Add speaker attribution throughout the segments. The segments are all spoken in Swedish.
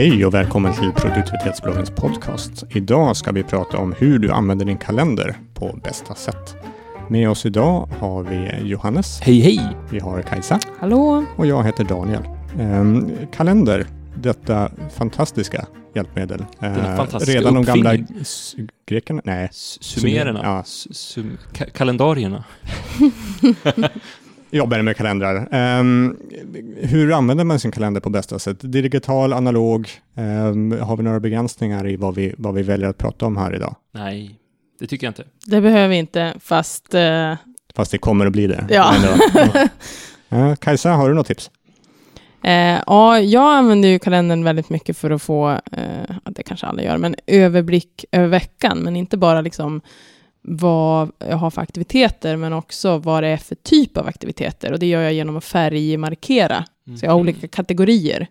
Speaker 1: Hej och välkommen till Produktivitetsbloggens podcast. Idag ska vi prata om hur du använder din kalender på bästa sätt. Med oss idag har vi Johannes.
Speaker 2: Hej hej!
Speaker 1: Vi har Kajsa.
Speaker 3: Hallå!
Speaker 1: Och jag heter Daniel. Kalender, detta fantastiska hjälpmedel. Redan de gamla grekerna? Nej.
Speaker 2: Sumererna.
Speaker 1: Ja.
Speaker 2: Kalendarierna.
Speaker 1: Jobbar med kalendrar. Hur använder man sin kalender på bästa sätt? Digital, analog? Har vi några begränsningar i vad vi väljer att prata om här idag?
Speaker 2: Nej, det tycker jag inte.
Speaker 3: Det behöver vi inte, fast...
Speaker 1: Fast det kommer att bli det.
Speaker 3: Ja.
Speaker 1: Kajsa, har du något tips?
Speaker 3: Ja, jag använder ju kalendern väldigt mycket för att få, det kanske alla gör, men överblick över veckan. Men inte bara liksom vad jag har för aktiviteter, men också vad det är för typ av aktiviteter. Och det gör jag genom att färgmarkera. Så jag har olika kategorier.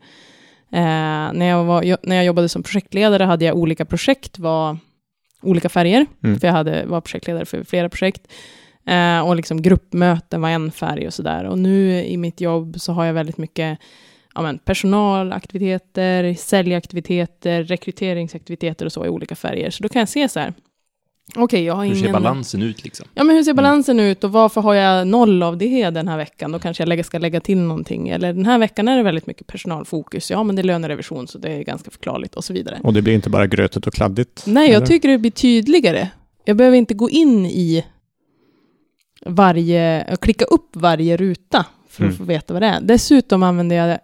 Speaker 3: När jag jobbade som projektledare hade jag olika projekt, var olika färger. För jag var projektledare för flera projekt. Och liksom gruppmöten var en färg och sådär. Och nu i mitt jobb så har jag väldigt mycket personalaktiviteter, säljaktiviteter, rekryteringsaktiviteter och så i olika färger. Så då kan jag se så här. Okej, jag har
Speaker 2: hur ser balansen ut liksom?
Speaker 3: Ja, men hur ser balansen ut och varför har jag 0 av det den här veckan? Då kanske jag ska lägga till någonting. Eller den här veckan är det väldigt mycket personalfokus. Ja, men det är lönerevision så det är ganska förklarligt och så vidare.
Speaker 1: Och det blir inte bara grötet och kladdigt?
Speaker 3: Nej, jag tycker det blir tydligare. Jag behöver inte gå in i klicka upp varje ruta för att få veta vad det är. Dessutom använder jag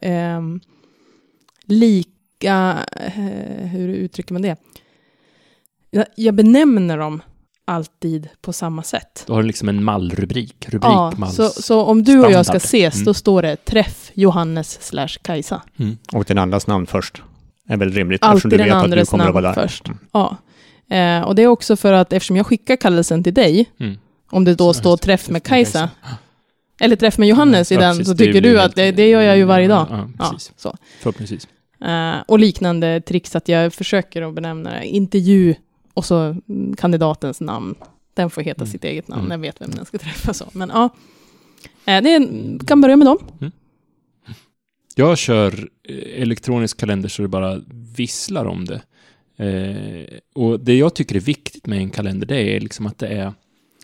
Speaker 3: hur uttrycker man det? Jag benämner dem alltid på samma sätt.
Speaker 2: Då har du liksom en mallrubrik.
Speaker 3: Så om du och jag ska ses, då står det träff Johannes /Kajsa.
Speaker 1: Och den andras namn först. Är väl rimligt.
Speaker 3: Alltid den andres namn först. Ja. Och det är också för att eftersom jag skickar kallelsen till dig, om det då står träff med Kajsa eller träff med Johannes i den, precis, så tycker du att det gör jag ju varje dag.
Speaker 2: Precis.
Speaker 3: Så.
Speaker 2: Förhoppningsvis.
Speaker 3: Och liknande tricks att jag försöker att benämna intervju och så kandidatens namn. Den får heta sitt eget namn. Jag vet vem den ska träffa. Så. Men ja, kan börja med dem.
Speaker 2: Jag kör elektronisk kalender så det bara visslar om det. Och det jag tycker är viktigt med en kalender, det är liksom att det är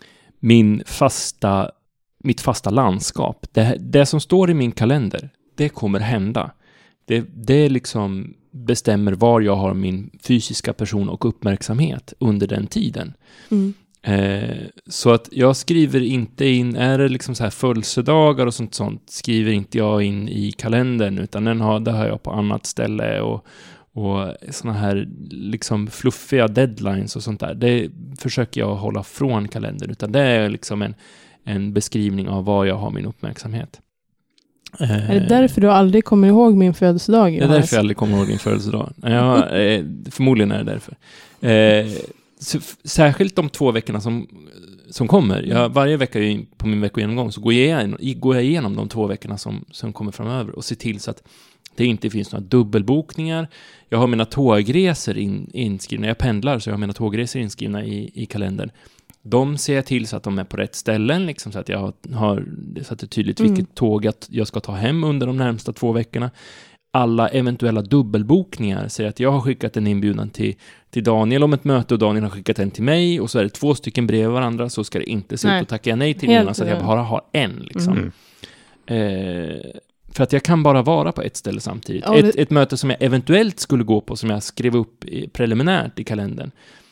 Speaker 2: mitt fasta landskap. Det som står i min kalender, det kommer hända. Det liksom bestämmer var jag har min fysiska person och uppmärksamhet under den tiden. Så att jag skriver inte in, är det liksom så här födelsedagar och sånt skriver inte jag in i kalendern, utan det har jag på annat ställe och såna här liksom fluffiga deadlines och sånt där, det försöker jag hålla från kalendern, utan det är liksom en beskrivning av var jag har min uppmärksamhet.
Speaker 3: Är det därför du aldrig kommer ihåg min födelsedag?
Speaker 2: Det är därför jag aldrig kommer ihåg din födelsedag. Förmodligen är det därför. Särskilt de 2 veckorna som kommer. Varje vecka på min veckogenomgång så går jag igenom de 2 veckorna som kommer framöver och ser till så att det inte finns några dubbelbokningar. Jag har mina tågresor inskrivna. Jag pendlar så jag har mina tågresor inskrivna i kalendern. De ser jag till så att de är på rätt ställen. Liksom, så att jag har så att det är tydligt vilket tåg jag ska ta hem under de närmsta 2 veckorna. Alla eventuella dubbelbokningar säger att jag har skickat en inbjudan till Daniel om ett möte och Daniel har skickat en till mig. Och så är det 2 stycken brev varandra, så ska det inte se ut och tacka nej till ena så att jag bara har en. Liksom. För att jag kan bara vara på ett ställe samtidigt. Ett möte som jag eventuellt skulle gå på, som jag skrev upp preliminärt i kalendern.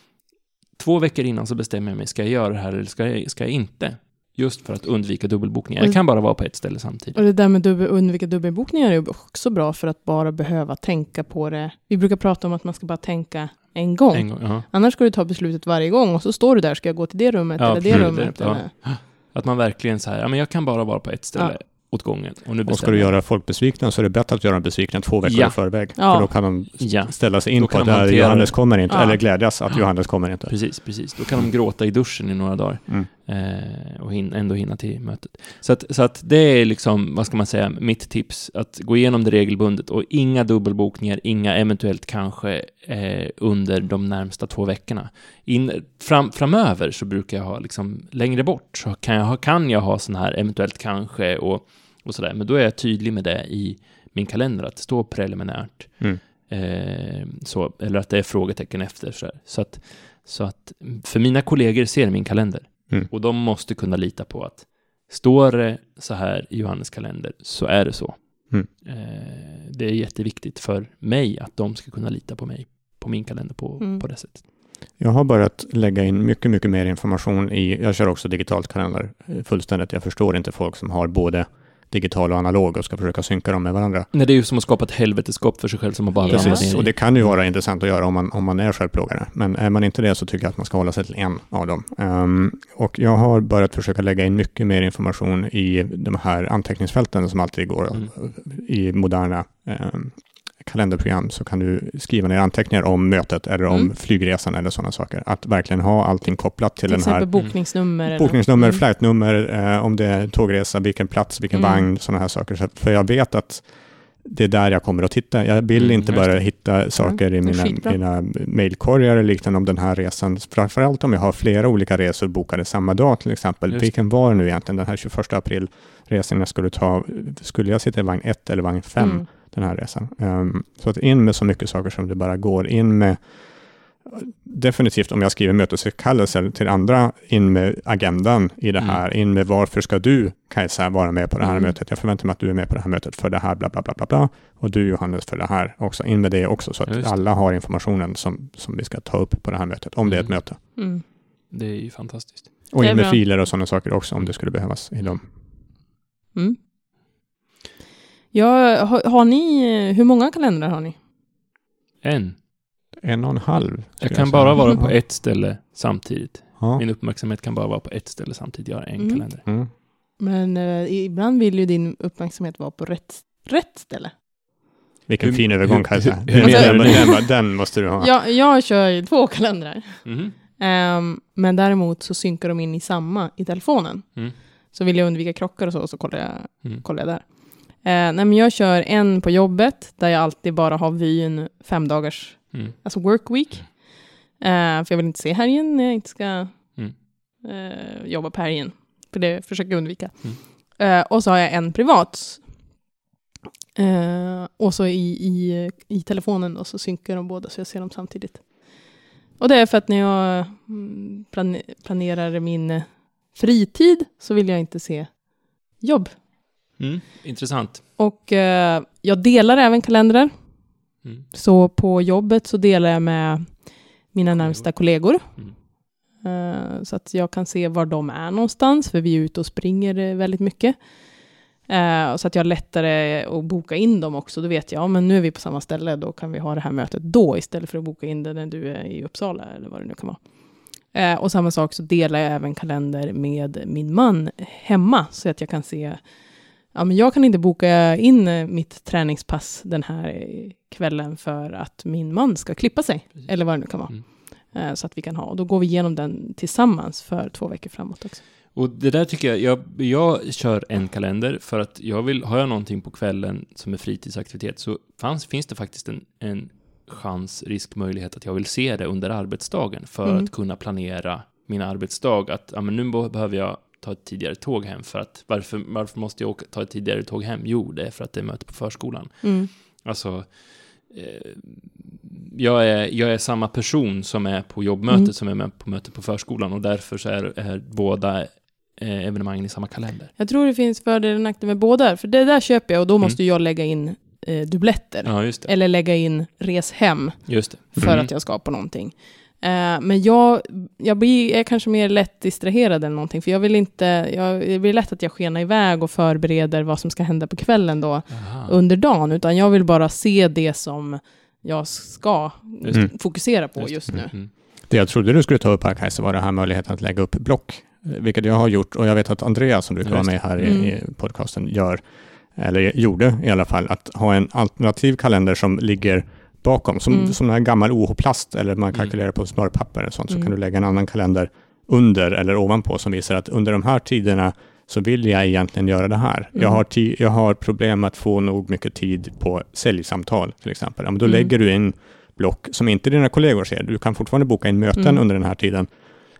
Speaker 2: 2 veckor innan så bestämmer jag mig, ska jag göra det här eller ska jag inte? Just för att undvika dubbelbokningar. Jag kan bara vara på ett ställe samtidigt.
Speaker 3: Och det där med undvika dubbelbokningar är ju också bra för att bara behöva tänka på det. Vi brukar prata om att man ska bara tänka en gång. Annars ska du ta beslutet varje gång och så står du där, ska jag gå till det rummet eller det rummet? Eller?
Speaker 2: Att man verkligen så här, men jag kan bara vara på ett ställe åt gången. Och
Speaker 1: ska du göra folk besvikna så är det bättre att göra dem besvikna 2 veckor i förväg. För då kan de ställa sig in på att Johannes kommer inte. Eller glädjas att Johannes kommer inte.
Speaker 2: Precis. Då kan de gråta i duschen i några dagar. Och ändå hinna till mötet. Så att det är liksom, vad ska man säga, mitt tips. Att gå igenom det regelbundet. Och inga dubbelbokningar, inga eventuellt kanske under de närmsta 2 veckorna. Framöver så brukar jag ha liksom längre bort. Så kan jag ha sån här eventuellt kanske och sådär. Men då är jag tydlig med det i min kalender, att det står preliminärt. Eller att det är frågetecken efter. Så att för mina kollegor ser min kalender. Och de måste kunna lita på att står det så här i Johannes kalender så är det så. Det är jätteviktigt för mig att de ska kunna lita på mig, på min kalender på det sättet.
Speaker 1: Jag har börjat lägga in mycket, mycket mer information jag kör också digitalt kalender fullständigt. Jag förstår inte folk som har både digital och analog och ska försöka synka dem med varandra.
Speaker 2: Nej, det är ju som att skapa ett helveteskap för sig själv som man bara
Speaker 1: Precis, och det kan ju vara intressant att göra om man är självplågare. Men är man inte det så tycker jag att man ska hålla sig till en av dem. Och jag har börjat försöka lägga in mycket mer information i de här anteckningsfälten som alltid går i moderna kalenderprogram, så kan du skriva ner anteckningar om mötet eller om flygresan eller sådana saker. Att verkligen ha allting kopplat till den här...
Speaker 3: Till exempel
Speaker 1: bokningsnummer, flightnummer, om det är tågresa, vilken plats, vilken vagn, sådana här saker. För jag vet att det är där jag kommer att titta. Jag vill inte bara hitta saker i mina mejlkorgar eller liknande om den här resan. Framförallt om jag har flera olika resor bokade samma dag till exempel. Vilken var nu egentligen den här 21 april resan jag skulle ta? Skulle jag sitta i vagn 1 eller vagn 5 den här resan? Så att in med så mycket saker som det bara går. In med definitivt om jag skriver möteskallelser till andra, in med agendan i det här, in med varför ska du, Kajsa, vara med på det här mötet. Jag förväntar mig att du är med på det här mötet för det här, bla bla bla bla bla. Och du, Johannes, för det här också. In med det också så att alla har informationen som vi ska ta upp på det här mötet, om det är ett möte.
Speaker 2: Det är ju fantastiskt.
Speaker 1: Och in med filer och sådana saker också om det skulle behövas i dem.
Speaker 3: Ja, har ni, hur många kalendrar har ni?
Speaker 1: 1,5.
Speaker 2: Jag kan bara vara på ett ställe samtidigt. Min uppmärksamhet kan bara vara på ett ställe samtidigt. Jag har en kalender.
Speaker 3: Men ibland vill ju din uppmärksamhet vara på rätt ställe.
Speaker 1: Vilken fin övergång, Kajsa. Den måste du ha.
Speaker 3: Jag kör ju 2 kalendrar. Men däremot så synkar de in i samma i telefonen. Så vill jag undvika krockar och så kollar jag där. Nej, men jag kör en på jobbet där jag alltid bara har vyn 5 dagars alltså work week. För jag vill inte se helgen när jag inte ska jobba på helgen. För det försöker jag undvika. Och så har jag en privat. Och så i telefonen då, så synkar de båda så jag ser dem samtidigt. Och det är för att när jag planerar min fritid så vill jag inte se jobb.
Speaker 2: Intressant.
Speaker 3: Och jag delar även kalendrar. Så på jobbet så delar jag med mina närmsta kollegor. Så att jag kan se var de är någonstans. För vi är ute och springer väldigt mycket. Så att jag har lättare att boka in dem också. Då vet jag, men nu är vi på samma ställe. Då kan vi ha det här mötet då istället för att boka in det när du är i Uppsala eller vad det nu kan vara. Och samma sak så delar jag även kalender med min man hemma. Så att jag kan se, men jag kan inte boka in mitt träningspass den här kvällen för att min man ska klippa sig. Precis. Eller vad det nu kan vara. Så att vi kan ha. Och då går vi igenom den tillsammans för 2 veckor framåt också. Och
Speaker 2: det där tycker jag kör en kalender för att har jag någonting på kvällen som är fritidsaktivitet så finns det faktiskt en riskmöjlighet att jag vill se det under arbetsdagen för att kunna planera min arbetsdag. Att men nu behöver jag ta ett tidigare tåg hem för att varför måste jag ta ett tidigare tåg hem? Jo, det är för att det är möte på förskolan. Alltså jag är samma person som är på jobbmötet som är med på möte på förskolan och därför så är båda evenemangen i samma kalender. Jag tror det finns fördelar och nackdelar med båda. För det där köper jag och då måste jag lägga in dubbletter. Ja, just det. Eller lägga in res hem. Just det. För att jag ska på någonting. Men jag är kanske mer lätt distraherad eller någonting. För det blir lätt att jag skenar iväg och förbereder vad som ska hända på kvällen då under dagen. Utan jag vill bara se det som jag ska fokusera på just nu.
Speaker 1: Det jag trodde du skulle ta upp här, Kajsa, var det här möjligheten att lägga upp block. Vilket jag har gjort och jag vet att Andreas som brukar vara med här i podcasten gjorde i alla fall, att ha en alternativ kalender som ligger bakom, som en gammal OH-plast eller man kalkylerar på smörpapper och sånt, så kan du lägga en annan kalender under eller ovanpå som visar att under de här tiderna så vill jag egentligen göra det här. Jag har problem att få nog mycket tid på säljsamtal till exempel. Men då lägger du in block som inte dina kollegor ser. Du kan fortfarande boka in möten under den här tiden.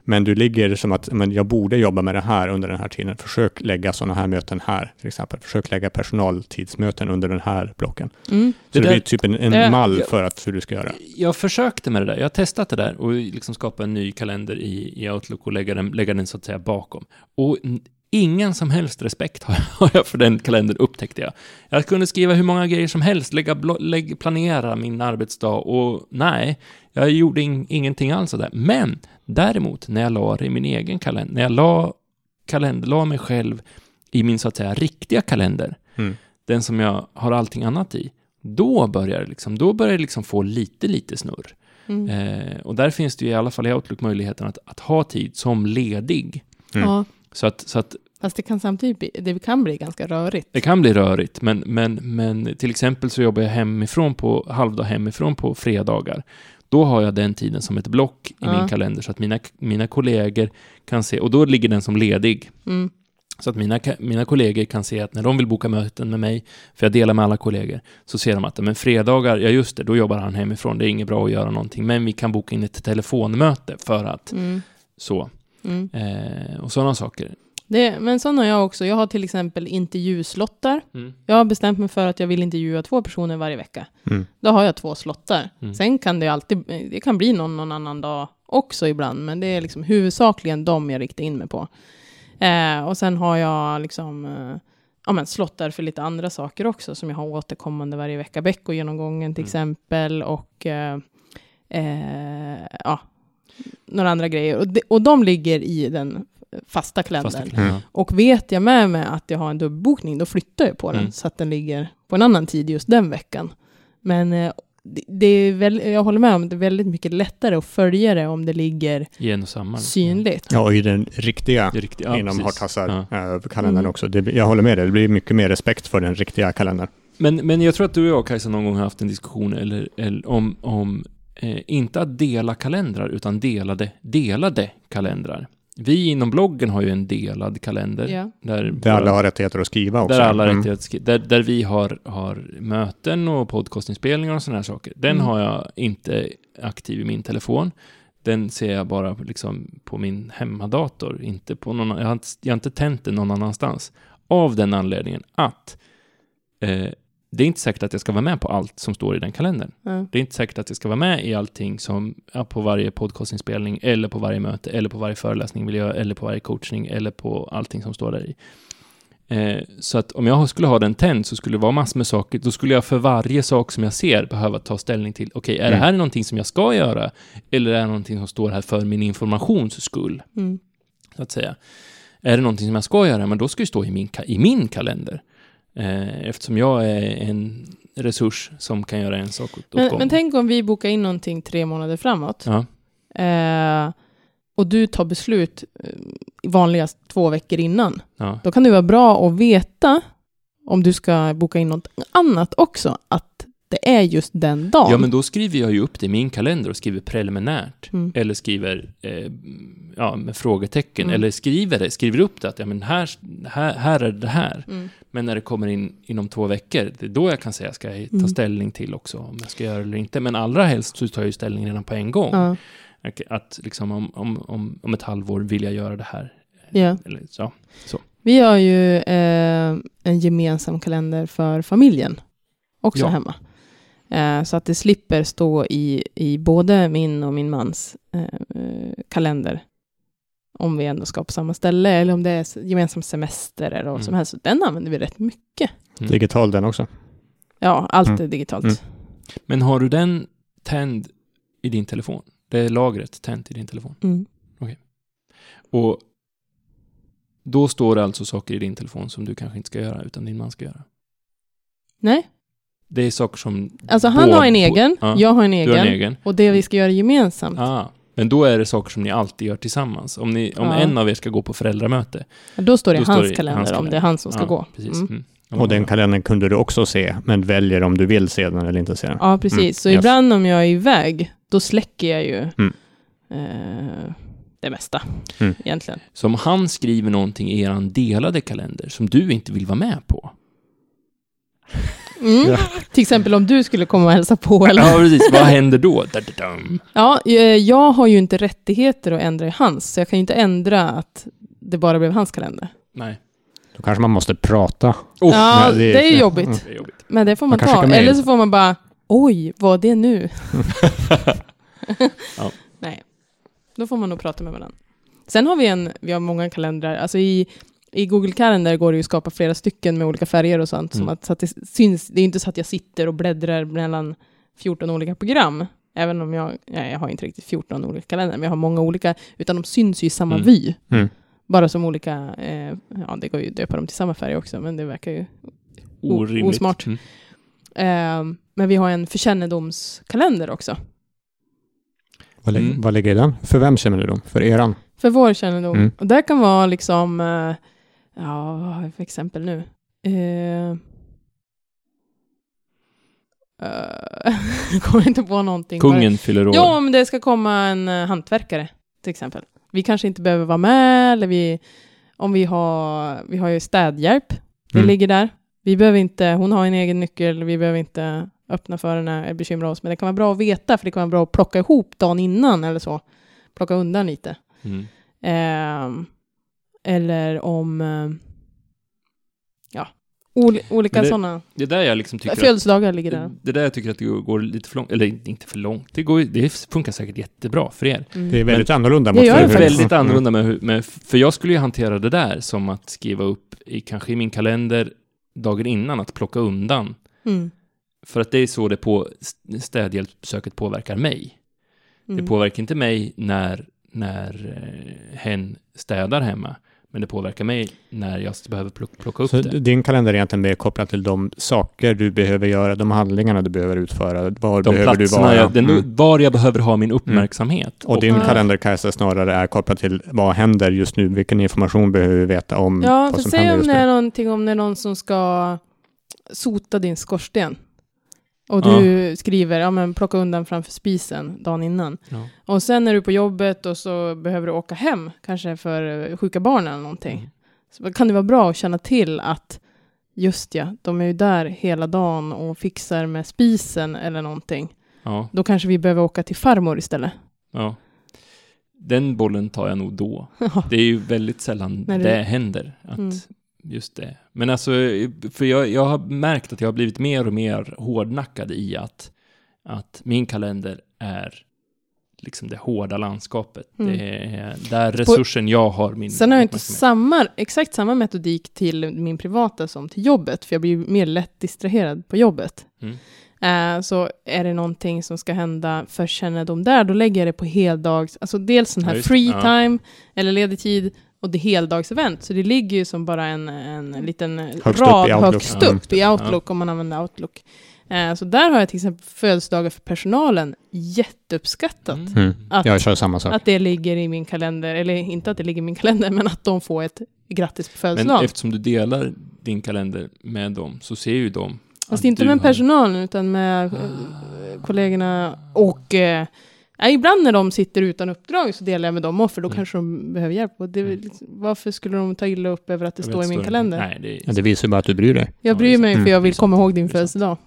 Speaker 1: Men du ligger som att jag borde jobba med det här under den här tiden. Försök lägga sådana här möten här, till exempel. Försök lägga personaltidsmöten under den här blocken. Så det blir typ en mall för hur du ska göra. Jag
Speaker 2: försökte med det där. Jag har testat det där och liksom skapa en ny kalender i Outlook och lägga den så att säga bakom. Och ingen som helst respekt har jag för den kalendern, upptäckte jag. Jag kunde skriva hur många grejer som helst, planera min arbetsdag och nej, jag gjorde ingenting alls av det. Men däremot när jag la det i min egen kalender, när jag la mig själv i min så att säga riktiga kalender, den som jag har allting annat i, då börjar det liksom få lite snurr. Och där finns det ju i alla fall i Outlook möjligheten att ha tid som ledig.
Speaker 3: Ja.
Speaker 2: Så att
Speaker 3: fast det kan bli ganska rörigt.
Speaker 2: Det kan bli rörigt, men till exempel så jobbar jag halvdag hemifrån på fredagar. Då har jag den tiden som ett block i min kalender så att mina kollegor kan se, och då ligger den som ledig. Så att mina kollegor kan se att när de vill boka möten med mig, för jag delar med alla kollegor, så ser de att men fredagar, ja just det, då jobbar han hemifrån, det är inget bra att göra någonting, men vi kan boka in ett telefonmöte för att och sådana saker.
Speaker 3: Men sån har jag också. Jag har till exempel intervjuslottar. Jag har bestämt mig för att jag vill intervjua 2 personer varje vecka. Då har jag 2 slottar. Sen kan det kan bli någon annan dag också ibland, men det är liksom huvudsakligen dem jag riktar in mig på. Och sen har jag liksom slottar för lite andra saker också som jag har återkommande varje vecka. Bäcko-genomgången till exempel och några andra grejer. Och de ligger i den fasta kalendern. Och vet jag med mig att jag har en dubbelbokning, då flyttar jag på den så att den ligger på en annan tid just den veckan. Men det är jag håller med om, det är väldigt mycket lättare att följa det om det ligger synligt.
Speaker 1: Ja, och i den riktiga inom Hartassar-kalendern också. Jag håller med dig, det blir mycket mer respekt för den riktiga kalendern.
Speaker 2: Men jag tror att du och jag, Kajsa, någon gång har haft en diskussion eller om inte att dela kalendrar utan delade kalendrar. Vi inom bloggen har ju en delad kalender.
Speaker 1: Där alla har rättigheter att skriva också.
Speaker 2: Där vi har möten och podcastinspelningar och sådana här saker. Den har jag inte aktiv i min telefon. Den ser jag bara liksom på min hemmadator. Inte på någon, jag har inte tänt den någon annanstans. Av den anledningen att det är inte säkert att jag ska vara med på allt som står i den kalendern. Det är inte säkert att jag ska vara med i allting som på varje podcastinspelning eller på varje möte eller på varje föreläsning eller på varje coachning eller på allting som står där i. Så att om jag skulle ha den tänd så skulle det vara massor med saker. Då skulle jag för varje sak som jag ser behöva ta ställning till. Okej, är det här någonting som jag ska göra? Eller är det någonting som står här för min informations skull? Så att säga. Är det någonting som jag ska göra? Men då ska det stå i min kalender. Eftersom jag är en resurs som kan göra en sak åt gången.
Speaker 3: Men tänk om vi bokar in någonting 3 månader framåt. Och du tar beslut vanligast 2 veckor innan. Då kan det vara bra att veta om du ska boka in något annat också. Att det är just den dagen.
Speaker 2: Ja, men då skriver jag ju upp det i min kalender och skriver preliminärt. Eller skriver med frågetecken. Eller skriver upp det att ja, men här är det här. Men när det kommer in inom 2 veckor, det är då jag kan säga ska jag ta ställning till också om jag ska göra det eller inte. Men allra helst så tar jag ju ställning redan på en gång. Att liksom om ett halvår vill jag göra det här. Eller så.
Speaker 3: Vi har ju en gemensam kalender för familjen också hemma. Så att det slipper stå i både min och min mans kalender om vi ändå ska på samma ställe eller om det är gemensam semester eller vad som helst. Så den använder vi rätt mycket.
Speaker 1: Digital den också?
Speaker 3: Ja, allt är digitalt.
Speaker 2: Men har du den tänd i din telefon? Det är lagret tänt i din telefon? Okej. Och då står det alltså saker i din telefon som du kanske inte ska göra utan din man ska göra?
Speaker 3: Nej.
Speaker 2: Det är saker som...
Speaker 3: Alltså han har en egen, jag har en egen. Och det vi ska göra gemensamt.
Speaker 2: Men då är det saker som ni alltid gör tillsammans. Om en av er ska gå på föräldramöte.
Speaker 3: Då står det i hans kalender om det är han som ska gå.
Speaker 2: Precis.
Speaker 1: Och den kalendern kunde du också se, men väljer om du vill se den eller inte se den.
Speaker 3: Ja, precis. Så ibland om jag är iväg, då släcker jag ju det mesta egentligen.
Speaker 2: Så om han skriver någonting i er delade kalender som du inte vill vara med på.
Speaker 3: Till exempel om du skulle komma och hälsa på. Eller?
Speaker 2: Ja, precis. Vad händer då?
Speaker 3: Ja, jag har ju inte rättigheter att ändra i hans. Så jag kan ju inte ändra att det bara blev hans kalender.
Speaker 2: Nej.
Speaker 1: Då kanske man måste prata.
Speaker 3: Ja, det är jobbigt.
Speaker 2: Det är jobbigt.
Speaker 3: Men det får man ta. Eller så får man bara, oj, vad är det nu?
Speaker 2: Ja.
Speaker 3: Nej, då får man nog prata med varandra. Sen har vi har många kalendrar. Alltså i Google Calendar går det ju att skapa flera stycken med olika färger och sånt. Som att, så att det syns. Det är inte så att jag sitter och bläddrar mellan 14 olika program. Även om jag har inte riktigt 14 olika kalendrar. Men jag har många olika. Utan de syns ju i samma vy. Bara som olika... det går ju att döpa dem till samma färg också. Men det verkar ju osmart. Men vi har en förkännedomskalender också.
Speaker 1: Vad ligger i den? För vem känner du dem? För eran?
Speaker 3: För vår kännedom. Och där kan vara liksom... vad har jag för exempel nu? Jag kommer inte på någonting.
Speaker 2: Kungen fyller år.
Speaker 3: Ja, men det ska komma en hantverkare till exempel. Vi kanske inte behöver vara med. Eller vi har ju städhjälp. Det ligger där. Vi behöver inte... Hon har en egen nyckel. Vi behöver inte öppna för henne eller bekymra oss. Men det kan vara bra att veta. För det kan vara bra att plocka ihop dagen innan eller så. Plocka undan lite. Eller om olika sådana.
Speaker 2: Det där jag liksom tycker
Speaker 3: födelsedagar ligger där.
Speaker 2: Det där jag tycker att det går lite för långt, eller inte för långt. Det funkar säkert jättebra för er.
Speaker 1: Det är väldigt annorlunda
Speaker 3: mot
Speaker 2: väldigt annorlunda med för jag skulle ju hantera det där som att skriva upp kanske i min kalender dagen innan att plocka undan. För att det är så det på städhjälpsöket påverkar mig. Det påverkar inte mig när hen städar hemma. Men det påverkar mig när jag behöver plocka upp
Speaker 1: så
Speaker 2: det.
Speaker 1: Din kalender är egentligen mer kopplad till de saker du behöver göra, de handlingarna du behöver utföra. Var
Speaker 2: de
Speaker 1: behöver du vara?
Speaker 2: Var jag behöver ha min uppmärksamhet.
Speaker 1: Och din kalender kanske snarare är kopplad till vad händer just nu. Vilken information behöver vi veta om vad som händer just nu?
Speaker 3: Ja, säg om det är någonting, om det är någon som ska sota din skorsten. Och du skriver, plocka undan framför spisen dagen innan. Ja. Och sen är du på jobbet och så behöver du åka hem. Kanske för sjuka barn eller någonting. Så kan det vara bra att känna till att de är ju där hela dagen och fixar med spisen eller någonting. Ja. Då kanske vi behöver åka till farmor istället.
Speaker 2: Ja. Den bollen tar jag nog då. Det är ju väldigt sällan det händer att... Just det. Men alltså, för jag har märkt att jag har blivit mer och mer hårdnackad i att min kalender är liksom det hårda landskapet. Det är där resursen jag har min...
Speaker 3: Sen har jag inte exakt samma metodik till min privata som till jobbet. För jag blir mer lätt distraherad på jobbet. Så är det någonting som ska hända för kännedom där, då lägger jag det på heldags. Alltså dels sån här free time eller ledig tid. Och det är heldagsevent. Så det ligger ju som bara en liten rad högst upp i Outlook om man använder Outlook. Så där har jag till exempel födelsedagar för personalen jätteuppskattat.
Speaker 1: Jag kör samma sak.
Speaker 3: Att det ligger i min kalender. Eller inte att det ligger i min kalender, men att de får ett grattis på födelsedag.
Speaker 2: Men eftersom du delar din kalender med dem så ser ju de.
Speaker 3: Fast inte med personalen utan med kollegorna och... ibland när de sitter utan uppdrag så delar jag med dem för då kanske de behöver hjälp. Och varför skulle de ta illa upp över att det står i min kalender?
Speaker 2: Nej,
Speaker 1: det visar bara att du bryr dig.
Speaker 3: Jag bryr mig för jag vill komma ihåg din födelsedag.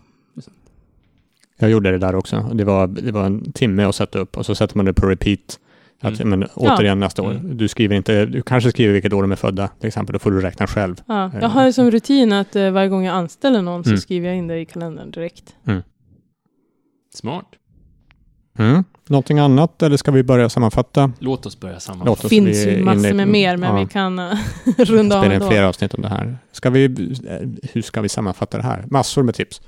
Speaker 1: Jag gjorde det där också. Det var en timme att sätta upp och så sätter man det på repeat. Återigen nästa år. Du kanske skriver vilket år de är födda till exempel. Då får du räkna själv.
Speaker 3: Ja, jag har som rutin att varje gång jag anställer någon så skriver jag in det i kalendern direkt.
Speaker 2: Smart.
Speaker 1: Någonting annat eller ska vi börja sammanfatta?
Speaker 2: Låt oss börja sammanfatta.
Speaker 3: Det finns ju massor med mer men vi kan runda av
Speaker 1: ändå. Det är flera avsnitt om det här. Hur ska vi sammanfatta det här? Massor med tips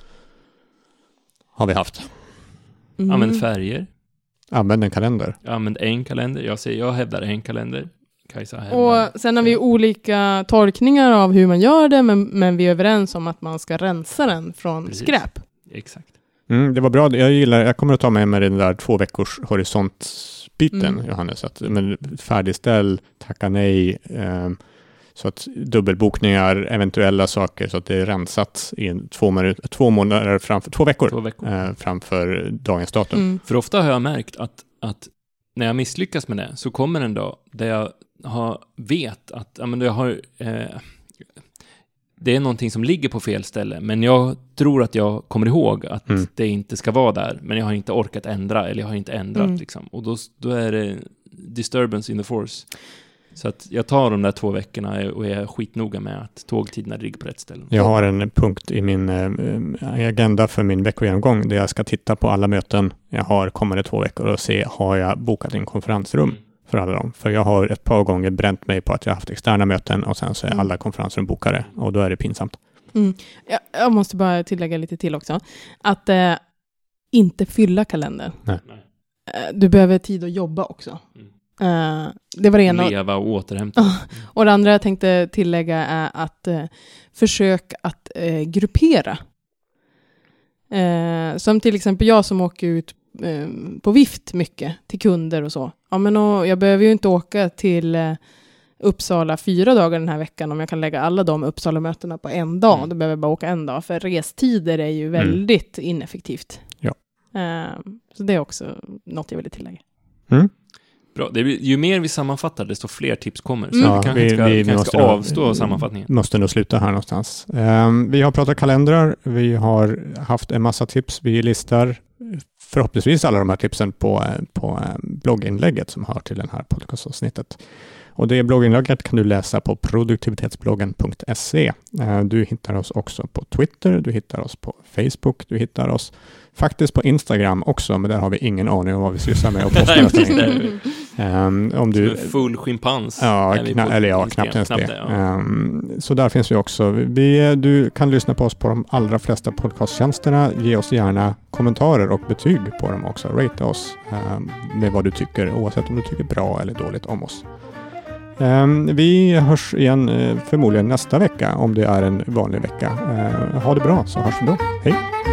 Speaker 1: har vi haft.
Speaker 2: Använd färger.
Speaker 1: Använd en kalender.
Speaker 2: Använd en kalender. Jag hävdar en kalender. Kajsa hävdar.
Speaker 3: Och sen har vi olika tolkningar av hur man gör det men vi är överens om att man ska rensa den från skräp.
Speaker 2: Exakt.
Speaker 1: Det var bra. Jag kommer att ta med mig den där 2 veckors horisontbiten, Johannes. Men färdigställ, tacka nej. Så att dubbelbokningar, eventuella saker så att det är rensat i 2 månader framför 2 veckor, framför dagens datum.
Speaker 2: För ofta har jag märkt att när jag misslyckas med det så kommer en dag där jag vet att jag har det är någonting som ligger på fel ställe, men jag tror att jag kommer ihåg att det inte ska vara där, men jag har inte orkat ändra, eller jag har inte ändrat liksom. Och då är det disturbance in the force. Så att jag tar de där 2 veckorna och är skitnoga med att tågtiderna ligger på rätt ställe.
Speaker 1: Jag har en punkt i min agenda för min veckogenomgång där jag ska titta på alla möten jag har kommande 2 veckor och se, har jag bokat in konferensrum för alla dem? För jag har ett par gånger bränt mig på att jag har haft externa möten och sen så är alla konferensrum bokade och då är det pinsamt.
Speaker 3: Jag måste bara tillägga lite till också. Att inte fylla kalendern.
Speaker 1: Nej.
Speaker 3: Du behöver tid att jobba också. Det var det ena.
Speaker 2: Leva och återhämta.
Speaker 3: Och det andra jag tänkte tillägga är att försök att gruppera. Som till exempel jag som åker ut på vift mycket till kunder och så. Ja, men jag behöver ju inte åka till Uppsala 4 dagar den här veckan om jag kan lägga alla de Uppsala-mötena på en dag. Då behöver jag bara åka en dag. För restider är ju väldigt ineffektivt.
Speaker 1: Ja.
Speaker 3: Så det är också något jag vill tillägga.
Speaker 2: Bra. Ju mer vi sammanfattar, desto fler tips kommer. Så vi kanske ska avstå sammanfattningen.
Speaker 1: Måste nog sluta här någonstans. Vi har pratat kalendrar. Vi har haft en massa tips. Vi listar förhoppningsvis alla de här tipsen på blogginlägget som hör till den här podcastavsnittet. Och det blogginlägget kan du läsa på produktivitetsbloggen.se. Du hittar oss också på Twitter, du hittar oss på Facebook, du hittar oss faktiskt på Instagram också, men där har vi ingen aning om vad vi sysslar med och
Speaker 2: om du full schimpans.
Speaker 1: Ja, knappt ens det. Så där finns vi också. Du kan lyssna på oss på de allra flesta podcasttjänsterna. Ge oss gärna kommentarer och betyg på dem också. Rate oss med vad du tycker, oavsett om du tycker bra eller dåligt om oss. Vi hörs igen förmodligen nästa vecka om det är en vanlig vecka. Ha det bra så hörs vi då. Hej!